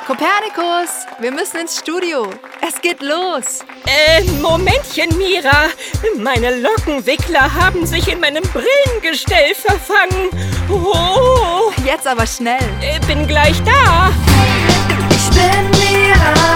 Kopernikus, wir müssen ins Studio. Es geht los. Momentchen, Mira. Meine Lockenwickler haben sich in meinem Brillengestell verfangen. Oh. Jetzt aber schnell. Bin gleich da. Ich bin Mira.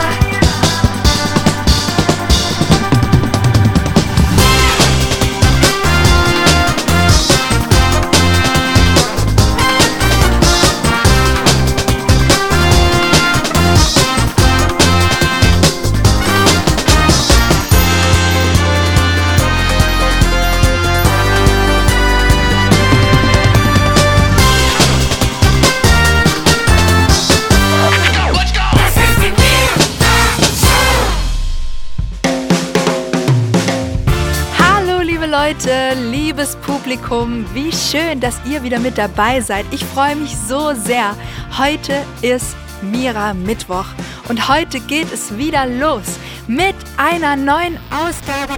Leute, liebes Publikum, wie schön, dass ihr wieder mit dabei seid. Ich freue mich so sehr. Heute ist Mira Mittwoch und heute geht es wieder los mit einer neuen Ausgabe.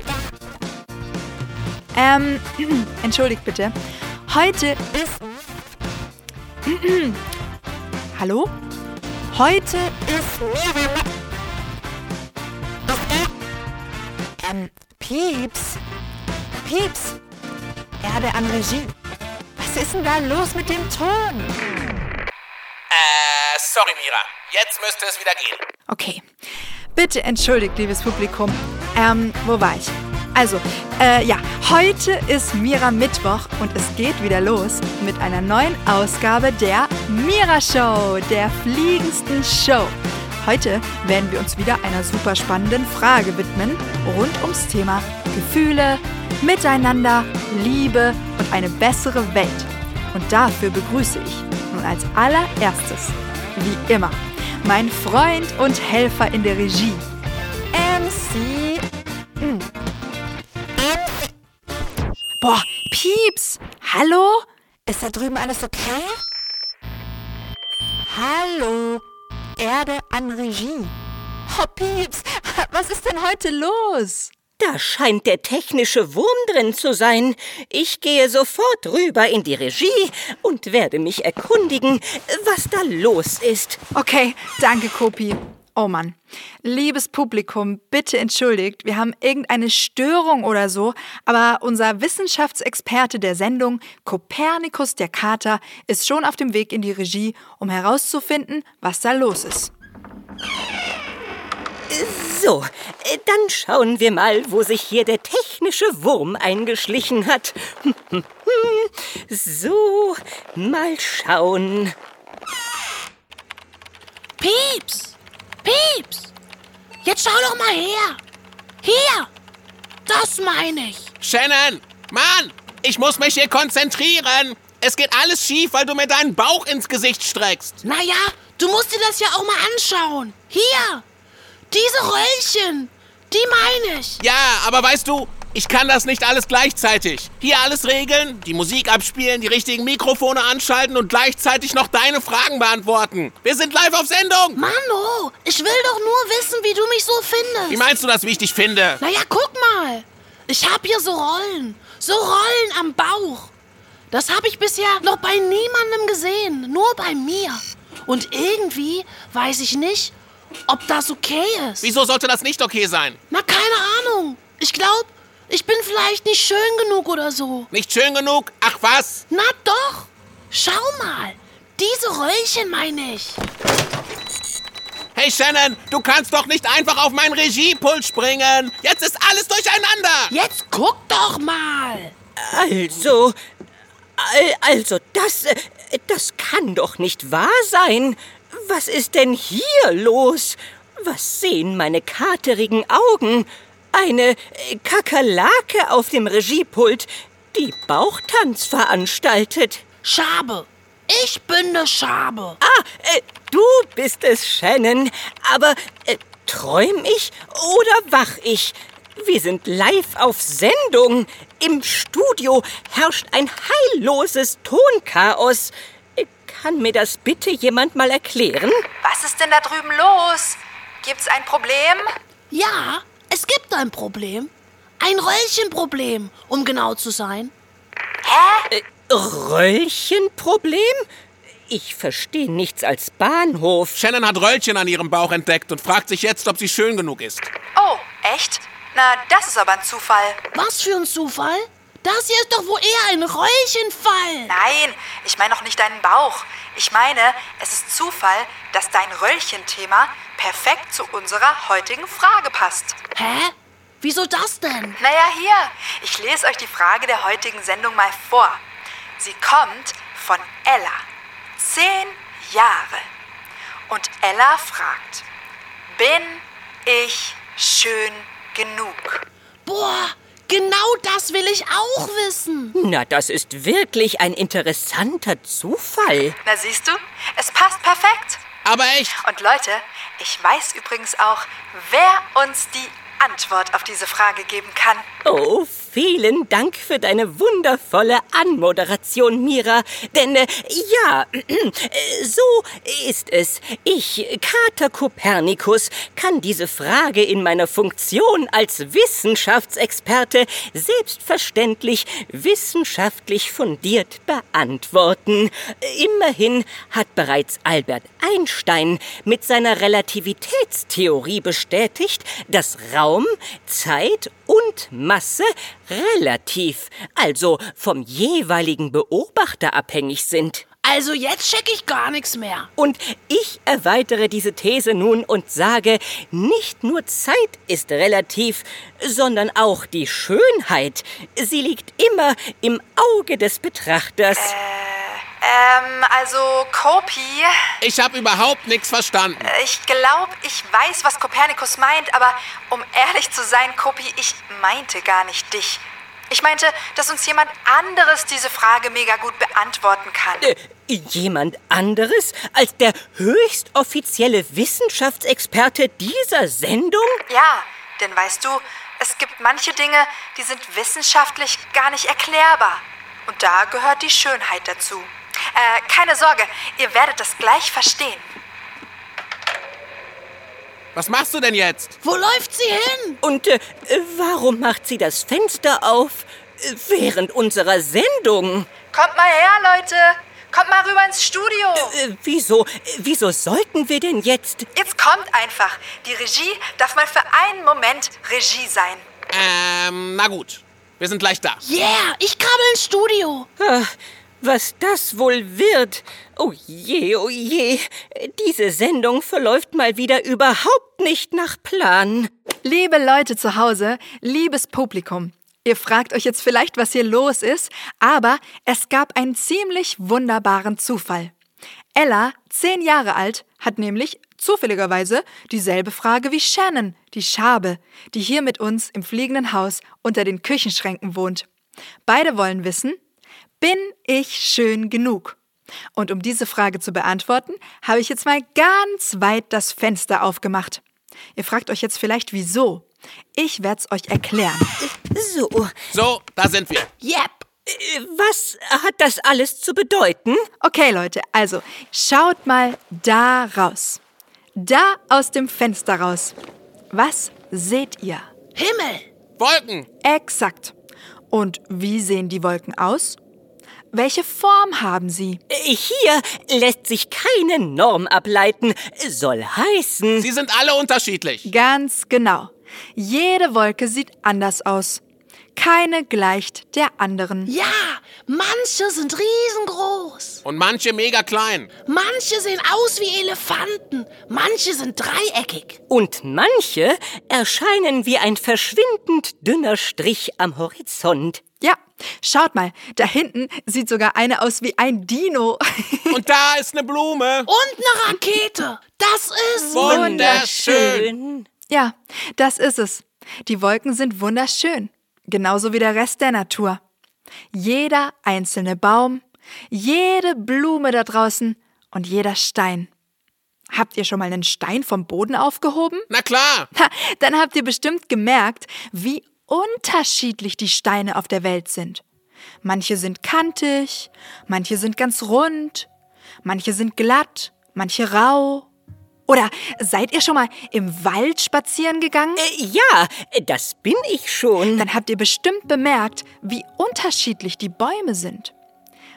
Entschuldigt bitte. Heute ist... Hallo? Heute ist Mira Pieps. Pieps, Erde an Regie. Was ist denn da los mit dem Ton? Sorry, Mira. Jetzt müsste es wieder gehen. Okay. Bitte entschuldigt, liebes Publikum. Wo war ich? Also, heute ist Mira Mittwoch und es geht wieder los mit einer neuen Ausgabe der Mira Show, der fliegendsten Show. Heute werden wir uns wieder einer super spannenden Frage widmen, rund ums Thema Gefühle, Miteinander, Liebe und eine bessere Welt. Und dafür begrüße ich nun als allererstes, wie immer, meinen Freund und Helfer in der Regie, MC. Boah, Pieps, hallo? Ist da drüben alles okay? Hallo, Erde an Regie. Oh, Pieps, was ist denn heute los? Da scheint der technische Wurm drin zu sein. Ich gehe sofort rüber in die Regie und werde mich erkundigen, was da los ist. Okay, danke, Kopi. Oh Mann. Liebes Publikum, bitte entschuldigt, wir haben irgendeine Störung oder so, aber unser Wissenschaftsexperte der Sendung, Kopernikus der Kater, ist schon auf dem Weg in die Regie, um herauszufinden, was da los ist. So, dann schauen wir mal, wo sich hier der technische Wurm eingeschlichen hat. So, mal schauen. Pieps! Pieps! Jetzt schau doch mal her! Hier! Das meine ich! Shannon! Mann! Ich muss mich hier konzentrieren! Es geht alles schief, weil du mir deinen Bauch ins Gesicht streckst. Naja, du musst dir das ja auch mal anschauen. Hier! Diese Röllchen, die meine ich. Ja, aber weißt du, ich kann das nicht alles gleichzeitig. Hier alles regeln, die Musik abspielen, die richtigen Mikrofone anschalten und gleichzeitig noch deine Fragen beantworten. Wir sind live auf Sendung. Mano, ich will doch nur wissen, wie du mich so findest. Wie meinst du das, wie ich dich finde? Naja, guck mal. Ich hab hier so Rollen am Bauch. Das habe ich bisher noch bei niemandem gesehen, nur bei mir. Und irgendwie weiß ich nicht, ob das okay ist. Wieso sollte das nicht okay sein? Na, keine Ahnung. Ich glaube, ich bin vielleicht nicht schön genug oder so. Nicht schön genug? Ach was? Na doch. Schau mal. Diese Röllchen meine ich. Hey Shannon, du kannst doch nicht einfach auf mein Regiepult springen. Jetzt ist alles durcheinander. Jetzt guck doch mal. Also, das kann doch nicht wahr sein. Was ist denn hier los? Was sehen meine katerigen Augen? Eine Kakerlake auf dem Regiepult, die Bauchtanz veranstaltet. Schabe. Ich bin ne Schabe. Du bist es, Shannon. Aber träum ich oder wach ich? Wir sind live auf Sendung. Im Studio herrscht ein heilloses Tonchaos. Kann mir das bitte jemand mal erklären? Was ist denn da drüben los? Gibt's ein Problem? Ja, es gibt ein Problem. Ein Röllchenproblem, um genau zu sein. Hä? Röllchenproblem? Ich verstehe nichts als Bahnhof. Shannon hat Röllchen an ihrem Bauch entdeckt und fragt sich jetzt, ob sie schön genug ist. Oh, echt? Na, das ist aber ein Zufall. Was für ein Zufall? Das hier ist doch wohl eher ein Röllchenfall. Nein, ich meine doch nicht deinen Bauch. Ich meine, es ist Zufall, dass dein Röllchen-Thema perfekt zu unserer heutigen Frage passt. Hä? Wieso das denn? Naja, hier, ich lese euch die Frage der heutigen Sendung mal vor. Sie kommt von Ella, 10 Jahre. Und Ella fragt, bin ich schön genug? Boah, genau das will ich auch wissen. Na, das ist wirklich ein interessanter Zufall. Na siehst du, es passt perfekt. Aber echt, Und Leute, ich weiß übrigens auch, wer uns die Antwort auf diese Frage geben kann. Oh, vielen Dank für deine wundervolle Anmoderation, Mira. Denn, so ist es. Ich, Kater Kopernikus, kann diese Frage in meiner Funktion als Wissenschaftsexperte selbstverständlich wissenschaftlich fundiert beantworten. Immerhin hat bereits Albert Einstein mit seiner Relativitätstheorie bestätigt, dass Raum, Zeit und Masse relativ, also vom jeweiligen Beobachter abhängig sind. Also jetzt check ich gar nichts mehr. Und ich erweitere diese These nun und sage, nicht nur Zeit ist relativ, sondern auch die Schönheit. Sie liegt immer im Auge des Betrachters. Also Kopi, ich habe überhaupt nichts verstanden. ich glaube, ich weiß, was Kopernikus meint, aber um ehrlich zu sein, Kopi, ich meinte gar nicht dich. Ich meinte, dass uns jemand anderes diese Frage mega gut beantworten kann. Jemand anderes als der höchstoffizielle Wissenschaftsexperte dieser Sendung? Ja, denn weißt du, es gibt manche Dinge, die sind wissenschaftlich gar nicht erklärbar. Und da gehört die Schönheit dazu. Keine Sorge, ihr werdet das gleich verstehen. Was machst du denn jetzt? Wo läuft sie hin? Und warum macht sie das Fenster auf während unserer Sendung? Kommt mal her, Leute. Kommt mal rüber ins Studio. Wieso sollten wir denn jetzt? Jetzt kommt einfach. Die Regie darf mal für einen Moment Regie sein. Na gut. Wir sind gleich da. Yeah, ich krabbel ins Studio. Was das wohl wird? Oh je, diese Sendung verläuft mal wieder überhaupt nicht nach Plan. Liebe Leute zu Hause, liebes Publikum, ihr fragt euch jetzt vielleicht, was hier los ist, aber es gab einen ziemlich wunderbaren Zufall. Ella, 10 Jahre alt, hat nämlich zufälligerweise dieselbe Frage wie Shannon, die Schabe, die hier mit uns im fliegenden Haus unter den Küchenschränken wohnt. Beide wollen wissen, bin ich schön genug? Und um diese Frage zu beantworten, habe ich jetzt mal ganz weit das Fenster aufgemacht. Ihr fragt euch jetzt vielleicht, wieso? Ich werde es euch erklären. So, da sind wir. Yep. Was hat das alles zu bedeuten? Okay, Leute, also schaut mal da raus. Da aus dem Fenster raus. Was seht ihr? Himmel. Wolken. Exakt. Und wie sehen die Wolken aus? Welche Form haben sie? Hier lässt sich keine Norm ableiten. Soll heißen... Sie sind alle unterschiedlich. Ganz genau. Jede Wolke sieht anders aus. Keine gleicht der anderen. Ja, manche sind riesengroß. Und manche mega klein. Manche sehen aus wie Elefanten. Manche sind dreieckig. Und manche erscheinen wie ein verschwindend dünner Strich am Horizont. Ja, schaut mal, da hinten sieht sogar eine aus wie ein Dino. Und da ist eine Blume. Und eine Rakete. Das ist Wunderschön. Ja, das ist es. Die Wolken sind wunderschön. Genauso wie der Rest der Natur. Jeder einzelne Baum, jede Blume da draußen und jeder Stein. Habt ihr schon mal einen Stein vom Boden aufgehoben? Na klar. Dann habt ihr bestimmt gemerkt, wie unterschiedlich die Steine auf der Welt sind. Manche sind kantig, manche sind ganz rund, manche sind glatt, manche rau. Oder seid ihr schon mal im Wald spazieren gegangen? Ja, das bin ich schon. Dann habt ihr bestimmt bemerkt, wie unterschiedlich die Bäume sind.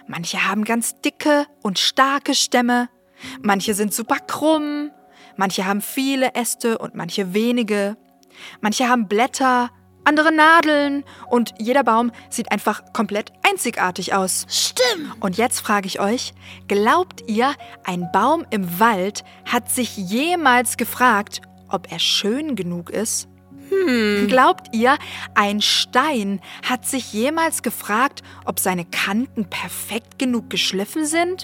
Manche haben ganz dicke und starke Stämme. Manche sind super krumm. Manche haben viele Äste und manche wenige. Manche haben Blätter, andere Nadeln und jeder Baum sieht einfach komplett einzigartig aus. Stimmt. Und jetzt frage ich euch, glaubt ihr, ein Baum im Wald hat sich jemals gefragt, ob er schön genug ist? Glaubt ihr, ein Stein hat sich jemals gefragt, ob seine Kanten perfekt genug geschliffen sind?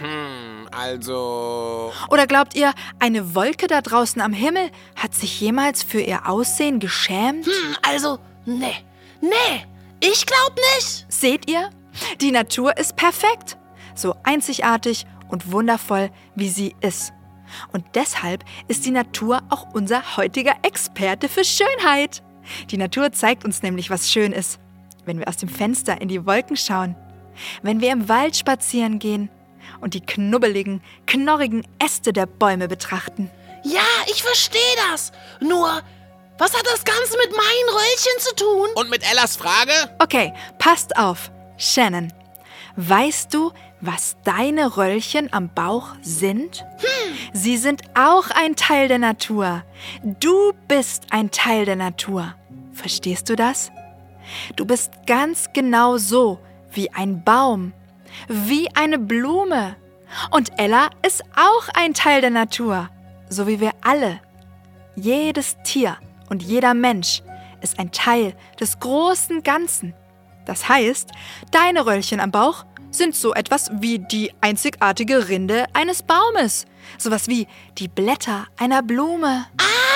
Also... Oder glaubt ihr, eine Wolke da draußen am Himmel hat sich jemals für ihr Aussehen geschämt? Also, nee, ich glaub nicht. Seht ihr? Die Natur ist perfekt. So einzigartig und wundervoll, wie sie ist. Und deshalb ist die Natur auch unser heutiger Experte für Schönheit. Die Natur zeigt uns nämlich, was schön ist. Wenn wir aus dem Fenster in die Wolken schauen, wenn wir im Wald spazieren gehen und die knubbeligen, knorrigen Äste der Bäume betrachten. Ja, ich verstehe das. Nur, was hat das Ganze mit meinen Röllchen zu tun? Und mit Ellas Frage? Okay, passt auf. Shannon, weißt du, was deine Röllchen am Bauch sind? Sie sind auch ein Teil der Natur. Du bist ein Teil der Natur. Verstehst du das? Du bist ganz genau so wie ein Baum, wie eine Blume. Und Ella ist auch ein Teil der Natur, so wie wir alle. Jedes Tier und jeder Mensch ist ein Teil des großen Ganzen. Das heißt, deine Röllchen am Bauch sind so etwas wie die einzigartige Rinde eines Baumes. Sowas wie die Blätter einer Blume.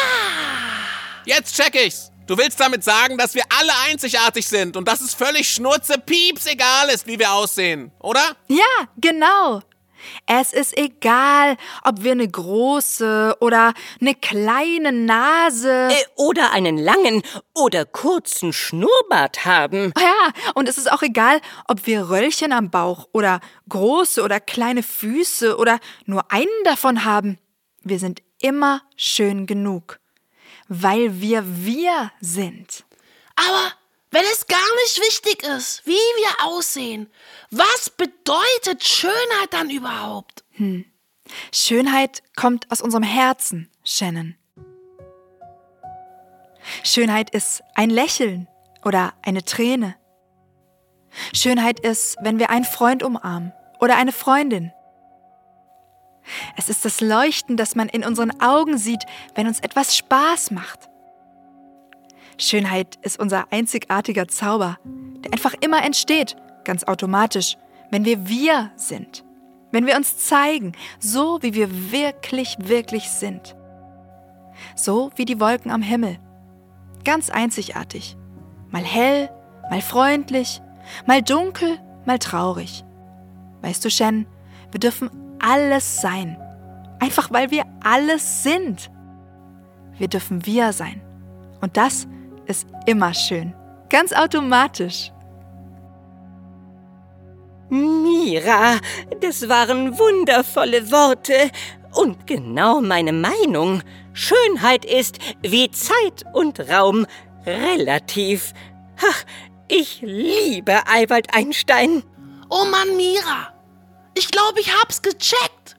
Jetzt check ich's. Du willst damit sagen, dass wir alle einzigartig sind und dass es völlig schnurzepieps egal ist, wie wir aussehen, oder? Ja, genau. Es ist egal, ob wir eine große oder eine kleine Nase... Oder einen langen oder kurzen Schnurrbart haben. Ja, und es ist auch egal, ob wir Röllchen am Bauch oder große oder kleine Füße oder nur einen davon haben. Wir sind immer schön genug, weil wir sind. Aber wenn es gar nicht wichtig ist, wie wir aussehen, was bedeutet Schönheit dann überhaupt? Schönheit kommt aus unserem Herzen, Shannon. Schönheit ist ein Lächeln oder eine Träne. Schönheit ist, wenn wir einen Freund umarmen oder eine Freundin. Es ist das Leuchten, das man in unseren Augen sieht, wenn uns etwas Spaß macht. Schönheit ist unser einzigartiger Zauber, der einfach immer entsteht, ganz automatisch, wenn wir sind. Wenn wir uns zeigen, so wie wir wirklich sind. So wie die Wolken am Himmel. Ganz einzigartig. Mal hell, mal freundlich, mal dunkel, mal traurig. Weißt du, Shannon, wir dürfen alles sein. Einfach weil wir alles sind. Wir dürfen wir sein. Und das ist immer schön. Ganz automatisch. Mira, das waren wundervolle Worte und genau meine Meinung. Schönheit ist wie Zeit und Raum relativ. Ach, ich liebe Albert Einstein. Oh Mann, Mira, ich glaube, ich hab's gecheckt.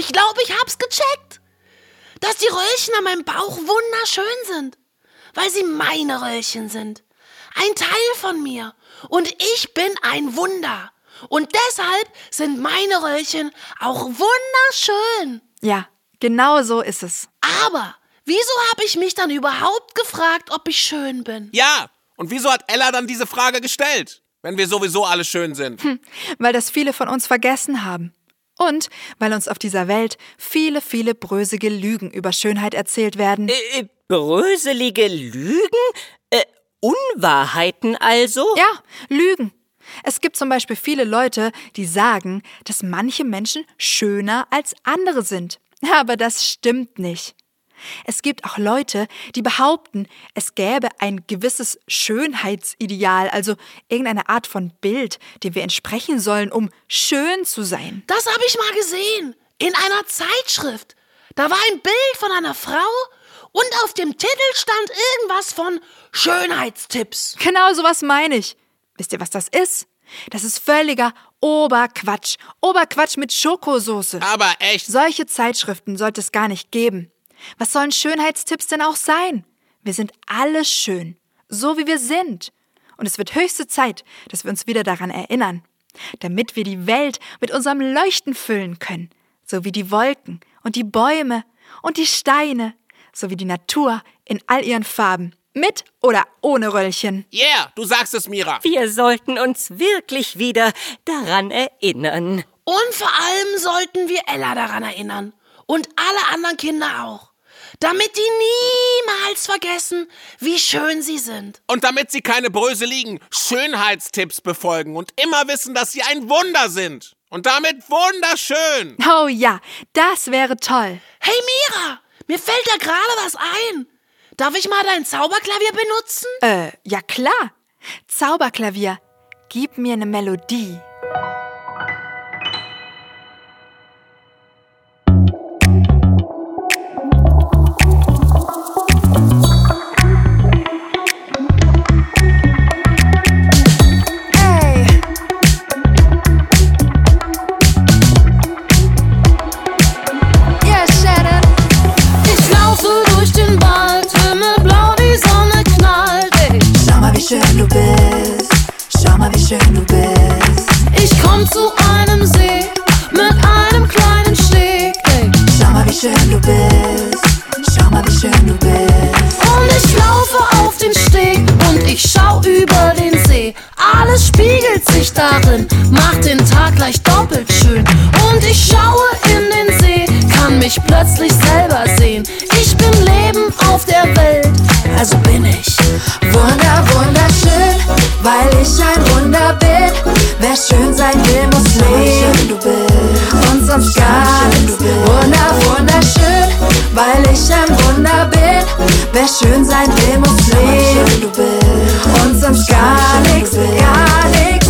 Dass die Röllchen an meinem Bauch wunderschön sind, weil sie meine Röllchen sind. Ein Teil von mir. Und ich bin ein Wunder. Und deshalb sind meine Röllchen auch wunderschön. Ja, genau so ist es. Aber wieso habe ich mich dann überhaupt gefragt, ob ich schön bin? Ja, und wieso hat Ella dann diese Frage gestellt, wenn wir sowieso alle schön sind? Weil das viele von uns vergessen haben. Und weil uns auf dieser Welt viele bröselige Lügen über Schönheit erzählt werden. Bröselige Lügen? Unwahrheiten also? Ja, Lügen. Es gibt zum Beispiel viele Leute, die sagen, dass manche Menschen schöner als andere sind. Aber das stimmt nicht. Es gibt auch Leute, die behaupten, es gäbe ein gewisses Schönheitsideal, also irgendeine Art von Bild, dem wir entsprechen sollen, um schön zu sein. Das habe ich mal gesehen, in einer Zeitschrift. Da war ein Bild von einer Frau und auf dem Titel stand irgendwas von Schönheitstipps. Genau sowas meine ich. Wisst ihr, was das ist? Das ist völliger Oberquatsch. Oberquatsch mit Schokosoße. Aber echt. Solche Zeitschriften sollte es gar nicht geben. Was sollen Schönheitstipps denn auch sein? Wir sind alle schön, so wie wir sind. Und es wird höchste Zeit, dass wir uns wieder daran erinnern, damit wir die Welt mit unserem Leuchten füllen können, so wie die Wolken und die Bäume und die Steine, sowie die Natur in all ihren Farben, mit oder ohne Röllchen. Yeah, du sagst es, Mira. Wir sollten uns wirklich wieder daran erinnern. Und vor allem sollten wir Ella daran erinnern. Und alle anderen Kinder auch. Damit die niemals vergessen, wie schön sie sind. Und damit sie keine bröseligen Schönheitstipps befolgen und immer wissen, dass sie ein Wunder sind. Und damit wunderschön. Oh ja, das wäre toll. Hey Mira, mir fällt da gerade was ein. Darf ich mal dein Zauberklavier benutzen? Ja klar. Zauberklavier, gib mir eine Melodie. Schön du bist, schau mal wie schön du bist. Ich komm zu einem See mit einem kleinen Steg. Schau mal wie schön du bist, schau mal wie schön du bist. Und ich laufe auf den Steg und ich schau über den See. Alles spiegelt sich darin, macht den Tag gleich doppelt schön. Und ich schaue in den See, kann mich plötzlich selber sehen. Ich bin Leben auf der Welt, also bin ich wunderschön, weil ich ein Wunder bin. Wer schön sein will, muss leben. Und sonst gar nichts. Wunderschön, weil ich ein Wunder bin. Wer schön sein will, muss leben. Und sonst gar nichts, gar nichts.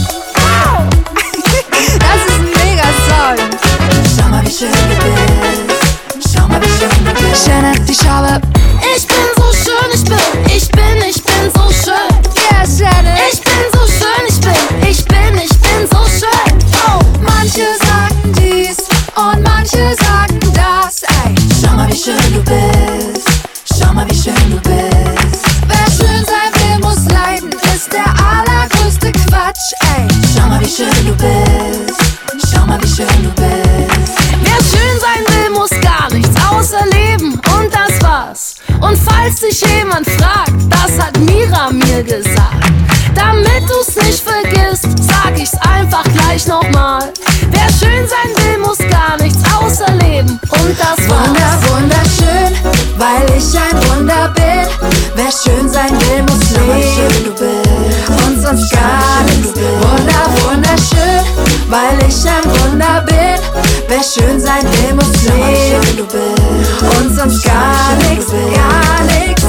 Das ist ein Mega-Song. Schau mal, wie schön du bist. Schau mal, wie schön du bist. Shannon, die Schaube. Ich bin so schön, ich bin so schön. Yeah, Shannon. Ich bin so schön, ich bin so schön. Oh, manche sagen dies und manche sagen das. Ey, schau mal, wie schön du bist. Schau mal, wie schön du bist. Wer schön sein will, muss leiden, ist der allergrößte Quatsch. Ey, schau mal, wie schön du bist. Schau mal, wie schön du bist. Wer schön sein will, muss gar nichts außer leben und das war's. Und falls sich jemand fragt, das hat Mira mir gesagt. Damit du's nicht vergisst, sag ich's einfach gleich nochmal. Wer schön sein will, muss gar nichts außer leben und das war's. Wunderschön, weil ich ein Wunder bin. Wer schön sein will, muss leben. Und sonst gar nichts. Wunderschön, weil ich ein Wunder bin. Wer schön sein will, muss leben. Und sonst gar nichts, gar nichts.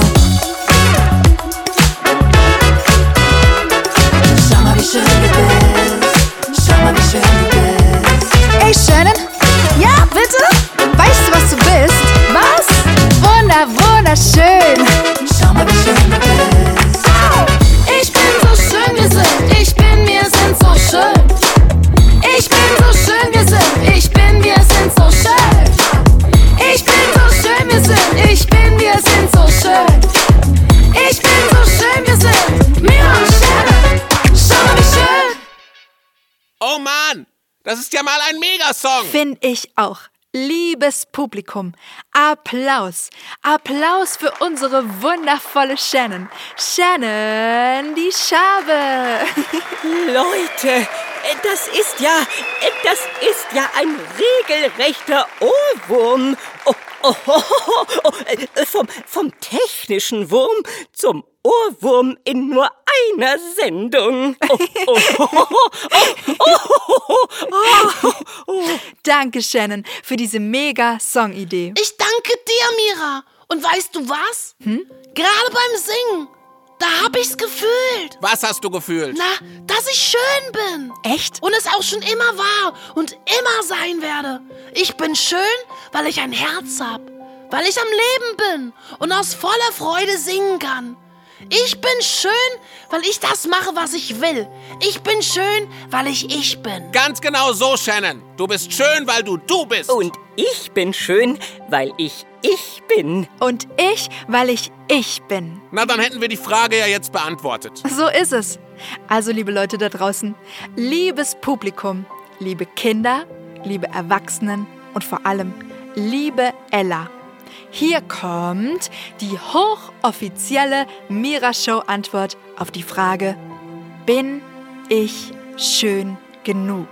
Schau mal, wie schön du bist. Schau mal, wie schön du bist. Ey, Shannon. Ja, bitte? Weißt du, was du bist? Was? Wunderschön. Schau mal, wie schön du bist. Ich bin so schön, wir sind so schön. Ich bin so schön, wir sind so schön. Ich bin so schön, wir sind so schön. Ich bin so schön, wir sind Mira und Shannon. Schau mal, wie schön. Oh Mann, das ist ja mal ein Megasong. Find ich auch. Liebes Publikum, Applaus. Applaus für unsere wundervolle Shannon. Shannon, die Schabe. Leute, das ist ja ein regelrechter Ohrwurm. Vom technischen Wurm zum Ohrwurm in nur einer Sendung. Danke, Shannon, für diese Mega-Song-Idee. Ich danke dir, Mira. Und weißt du was? Gerade beim Singen, da hab ich's gefühlt. Was hast du gefühlt? Na, dass ich schön bin. Echt? Und es auch schon immer war und immer sein werde. Ich bin schön, weil ich ein Herz hab. Weil ich am Leben bin und aus voller Freude singen kann. Ich bin schön, weil ich das mache, was ich will. Ich bin schön, weil ich bin. Ganz genau so, Shannon. Du bist schön, weil du bist. Und ich bin schön, weil ich bin. Und ich, weil ich bin. Na, dann hätten wir die Frage ja jetzt beantwortet. So ist es. Also, liebe Leute da draußen, liebes Publikum, liebe Kinder, liebe Erwachsenen und vor allem liebe Ella. Hier kommt die hochoffizielle Mira-Show-Antwort auf die Frage: Bin ich schön genug?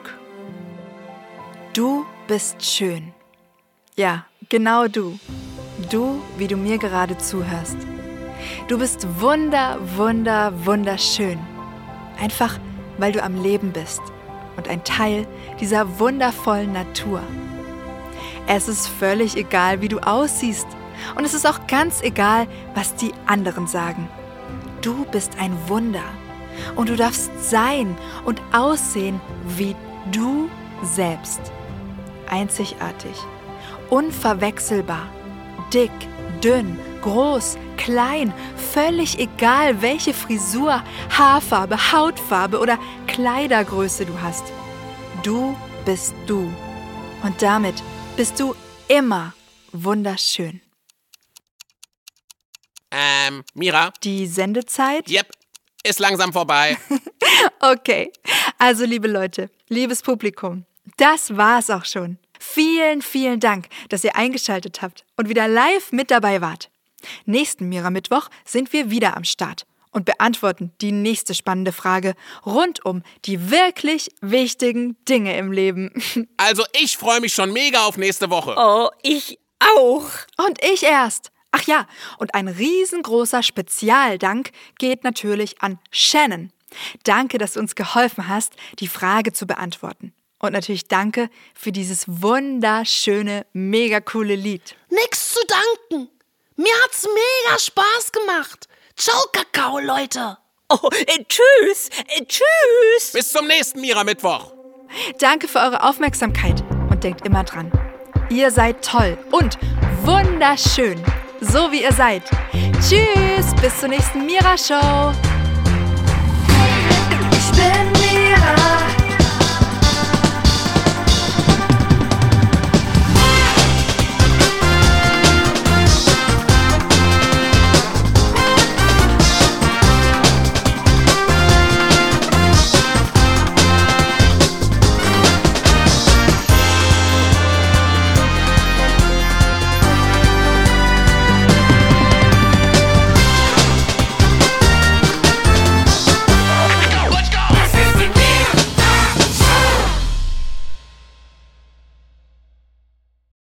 Du bist schön. Ja, genau du. Du, wie du mir gerade zuhörst. Du bist wunderschön. Einfach, weil du am Leben bist und ein Teil dieser wundervollen Natur. Es ist völlig egal, wie du aussiehst. Und es ist auch ganz egal, was die anderen sagen. Du bist ein Wunder. Und du darfst sein und aussehen wie du selbst. Einzigartig, unverwechselbar, dick, dünn, groß, klein, völlig egal, welche Frisur, Haarfarbe, Hautfarbe oder Kleidergröße du hast. Du bist du. Und damit bist du immer wunderschön. Mira? Die Sendezeit? Yep, ist langsam vorbei. Okay, also liebe Leute, liebes Publikum, das war's auch schon. Vielen Dank, dass ihr eingeschaltet habt und wieder live mit dabei wart. Nächsten Mira-Mittwoch sind wir wieder am Start und beantworten die nächste spannende Frage rund um die wirklich wichtigen Dinge im Leben. Also ich freue mich schon mega auf nächste Woche. Oh, ich auch. Und ich erst. Ach ja, und ein riesengroßer Spezialdank geht natürlich an Shannon. Danke, dass du uns geholfen hast, die Frage zu beantworten. Und natürlich danke für dieses wunderschöne, mega coole Lied. Nix zu danken. Mir hat's mega Spaß gemacht. Ciao, Kakao, Leute. Oh, tschüss. Bis zum nächsten Mira-Mittwoch. Danke für eure Aufmerksamkeit und denkt immer dran. Ihr seid toll und wunderschön, so wie ihr seid. Tschüss, bis zur nächsten Mira-Show. Ich bin Mira.